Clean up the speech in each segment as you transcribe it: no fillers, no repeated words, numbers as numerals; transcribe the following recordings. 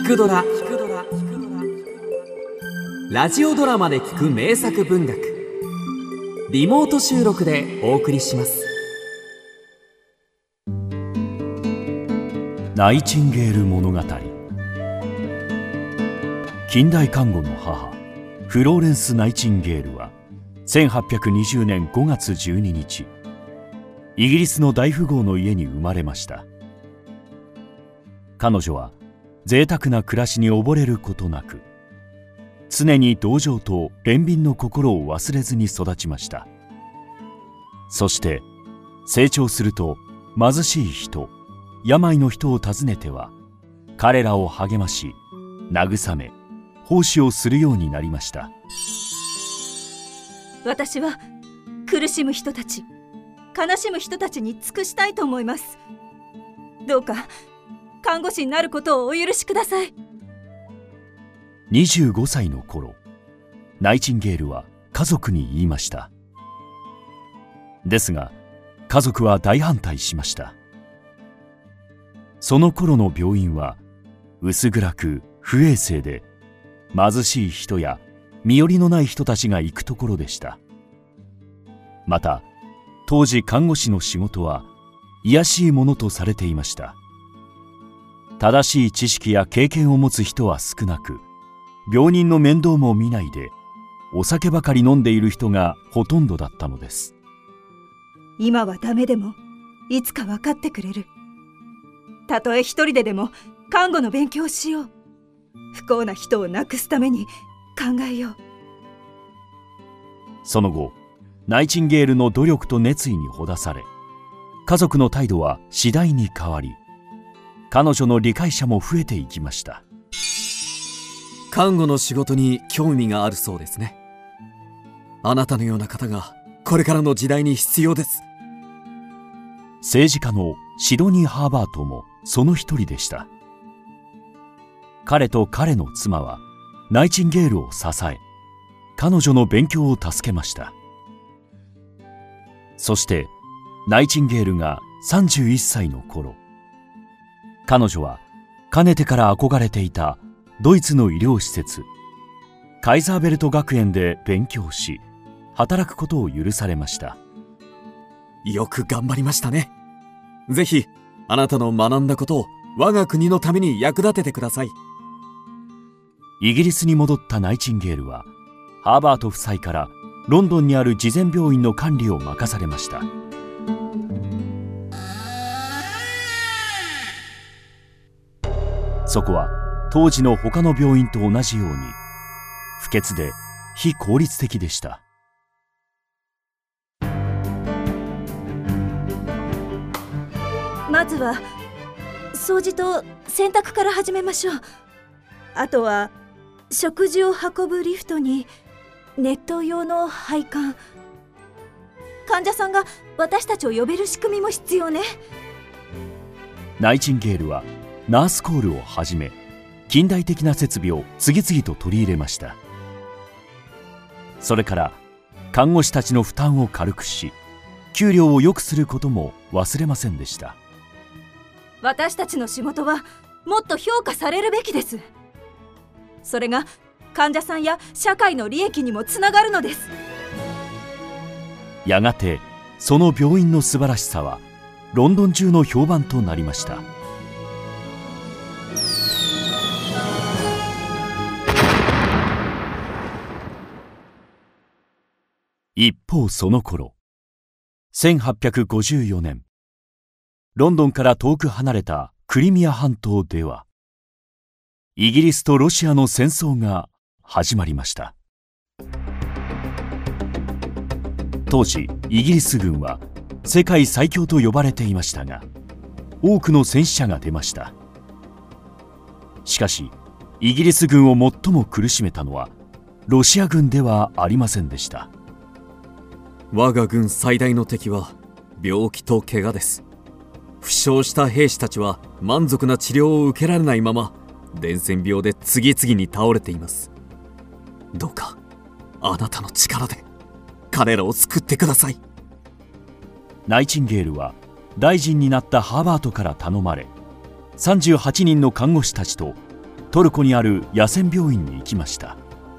くドラ」ラジオドラマで聞く名作文学、リモート収録でお送りします。 ナイチンゲール物語。近代看護の母フローレンス・ナイチンゲールは1820年5月12日、イギリスの大富豪の家に生まれました。彼女は贅沢な暮らしに溺れることなく、常に同情と憐憫の心を忘れずに育ちました。そして成長すると、貧しい人、病の人を訪ねては彼らを励まし、慰め、奉仕をするようになりました。 私は苦しむ人たち、悲しむ人たちに尽くしたいと思います。どうか看護師になることをお許しください。 25歳の頃、ナイチンゲールは家族に言いました。ですが家族は大反対しました。その頃の病院は薄暗く不衛生で、貧しい人や身寄りのない人たちが行くところでした。また当時看護師の仕事は卑しいものとされていました。正しい知識や経験を持つ人は少なく、病人の面倒も見ないでお酒ばかり飲んでいる人がほとんどだったのです。 今はダメでもいつか分かってくれる。たとえ一人でも看護の勉強をしよう。不幸な人をなくすために考えよう。 その後、ナイチンゲールの努力と熱意にほだされ、家族の態度は次第に変わり、彼女の理解者も増えていきました。 看護の仕事に興味があるそうですね。あなたのような方がこれからの時代に必要です。 政治家のシドニー・ハーバートもその一人でした。彼と彼の妻はナイチンゲールを支え、彼女の勉強を助けました。そしてナイチンゲールが31歳の頃、彼女はかねてから憧れていたドイツの医療施設カイザーベルト学園で勉強し、働くことを許されました。 よく頑張りましたね。ぜひあなたの学んだことを我が国のために役立ててください。 イギリスに戻ったナイチンゲールはハーバート夫妻からロンドンにある慈善病院の管理を任されました。そこは当時の他の病院と同じように不潔で非効率的でした。 まずは掃除と洗濯から始めましょう。あとは食事を運ぶリフトに熱湯用の配管、患者さんが私たちを呼べる仕組みも必要ね。 ナイチンゲールはナースコールをはじめ近代的な設備を次々と取り入れました。それから看護師たちの負担を軽くし、給料を良くすることも忘れませんでした。 私たちの仕事はもっと評価されるべきです。それが患者さんや社会の利益にもつながるのです。 やがてその病院の素晴らしさはロンドン中の評判となりました。一方その頃、1854年、ロンドンから遠く離れたクリミア半島ではイギリスとロシアの戦争が始まりました。当時イギリス軍は世界最強と呼ばれていましたが、多くの戦死者が出ました。しかしイギリス軍を最も苦しめたのはロシア軍ではありませんでした。 我が軍最大の敵は病気と怪我です。負傷した兵士たちは満足な治療を受けられないまま伝染病で次々に倒れています。どうかあなたの力で彼らを救ってください。 ナイチンゲールは大臣になったハーバートから頼まれ、38人の看護師たちとトルコにある野戦病院に行きました。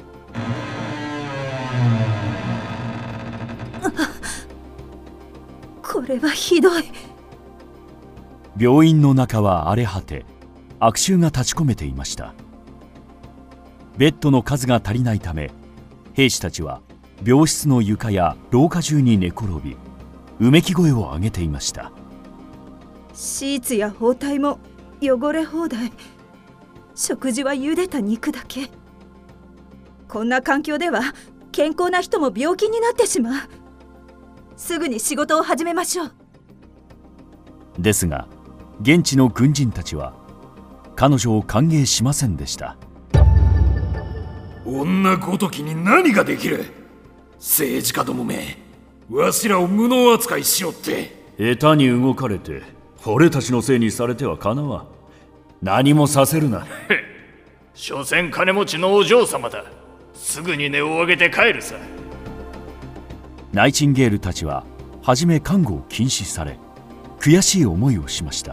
これはひどい。 病院の中は荒れ果て、悪臭が立ち込めていました。ベッドの数が足りないため、兵士たちは病室の床や廊下中に寝転び、うめき声を上げていました。 シーツや包帯も汚れ放題。食事は茹でた肉だけ。こんな環境では健康な人も病気になってしまう。すぐに仕事を始めましょう。 ですが、現地の軍人たちは彼女を歓迎しませんでした。 女ごときに何ができる。政治家どもめ、わしらを無能扱いしよって。 下手に動かれて俺たちのせいにされてはかなわん。何もさせるな。 所詮金持ちのお嬢様だ。すぐに音を上げて帰るさ。 ナイチンゲールたちは初め看護を禁止され、悔しい思いをしました。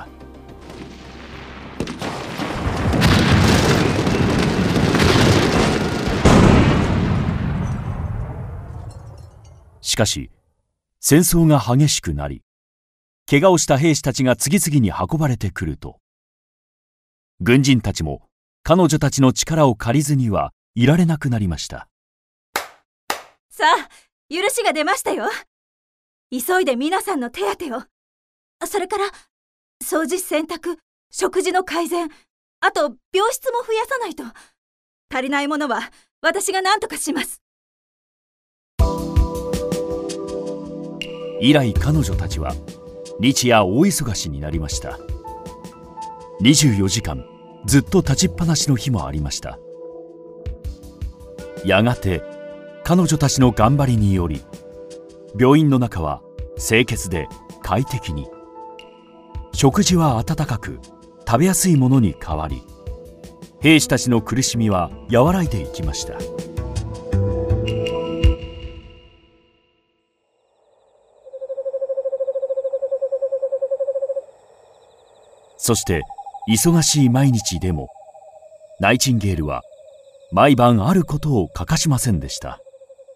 しかし戦争が激しくなり、怪我をした兵士たちが次々に運ばれてくると、軍人たちも彼女たちの力を借りずにはいられなくなりました。 さあ、許しが出ましたよ。急いで皆さんの手当てを。それから掃除、洗濯、食事の改善、あと病室も増やさないと。足りないものは私が何とかします。 以来彼女たちは日夜大忙しになりました。24時間ずっと立ちっぱなしの日もありました。やがて彼女たちの頑張りにより、病院の中は清潔で快適に、食事は温かく食べやすいものに変わり、兵士たちの苦しみは和らいでいきました。そして忙しい毎日でも、ナイチンゲールは毎晩あることを欠かしませんでした。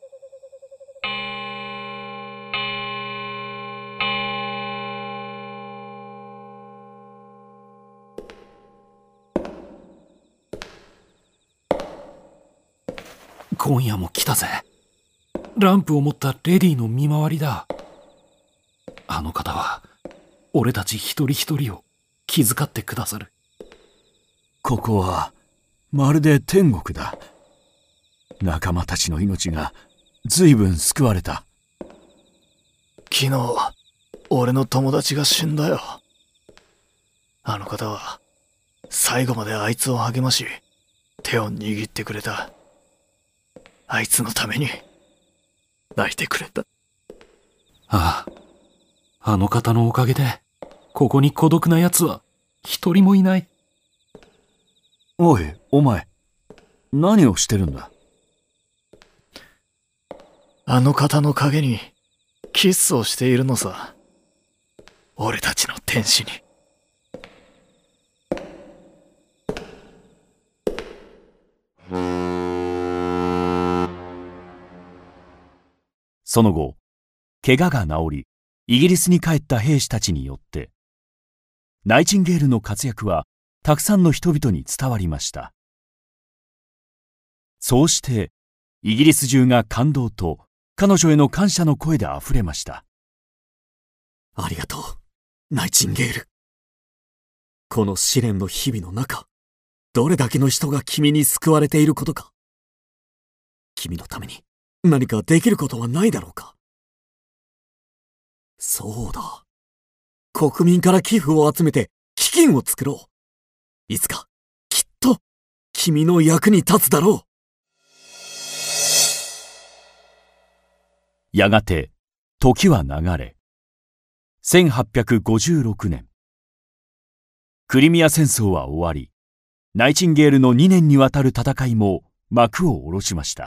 今夜も来たぜ。ランプを持ったレディの見回りだ。あの方は俺たち一人一人を気遣ってくださる。 ここはまるで天国だ。仲間たちの命が随分救われた。 昨日俺の友達が死んだよ。あの方は最後まであいつを励まし、手を握ってくれた。あいつのために泣いてくれた。ああ、あの方のおかげでここに孤独な奴は一人もいない。 おい、お前、何をしてるんだ？ あの方の影にキスをしているのさ。俺たちの天使に。 その後、怪我が治り、イギリスに帰った兵士たちによって、ナイチンゲールの活躍はたくさんの人々に伝わりました。そうして、イギリス中が感動と彼女への感謝の声であふれました。 ありがとう、ナイチンゲール。この試練の日々の中、どれだけの人が君に救われていることか。君のために何かできることはないだろうか。そうだ。国民から寄付を集めて基金を作ろう。いつかきっと君の役に立つだろう。 やがて時は流れ、1856年、クリミア戦争は終わり、ナイチンゲールの2年にわたる戦いも幕を下ろしました。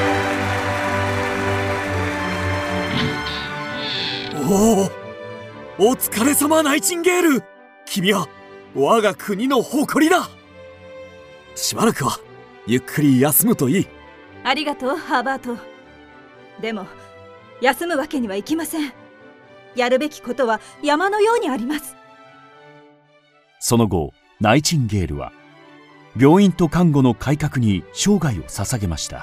おお、 お疲れ様ナイチンゲール。君は我が国の誇りだ。しばらくはゆっくり休むといい。 ありがとうハーバート。でも休むわけにはいきません。やるべきことは山のようにあります。 その後ナイチンゲールは病院と看護の改革に生涯を捧げました。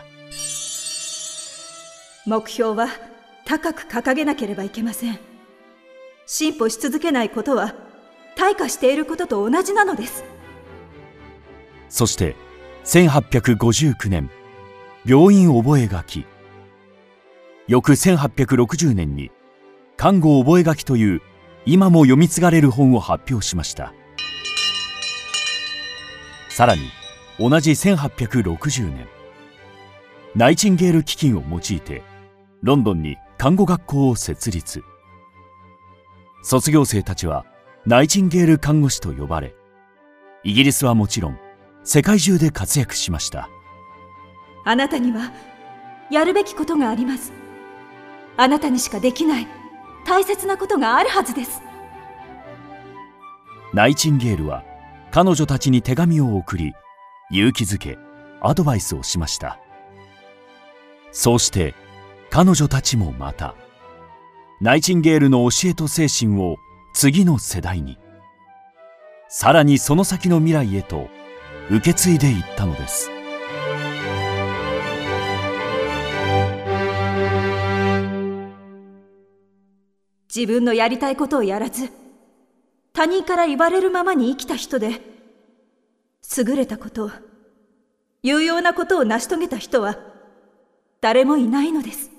目標は高く掲げなければいけません。進歩し続けないことは退化していることと同じなのです。 そして1859年病院覚書。翌1860年に看護覚書という今も読み継がれる本を発表しました。さらに同じ1860年ナイチンゲール基金を用いてロンドンに看護学校を設立。卒業生たちはナイチンゲール看護師と呼ばれ、イギリスはもちろん世界中で活躍しました。 あなたにはやるべきことがあります。あなたにしかできない大切なことがあるはずです。 ナイチンゲールは彼女たちに手紙を送り、勇気づけアドバイスをしました。そうして彼女たちもまたナイチンゲールの教えと精神を次の世代に、さらにその先の未来へと受け継いでいったのです。 自分のやりたいことをやらず、他人から言われるままに生きた人で、優れたこと、有用なことを成し遂げた人は誰もいないのです。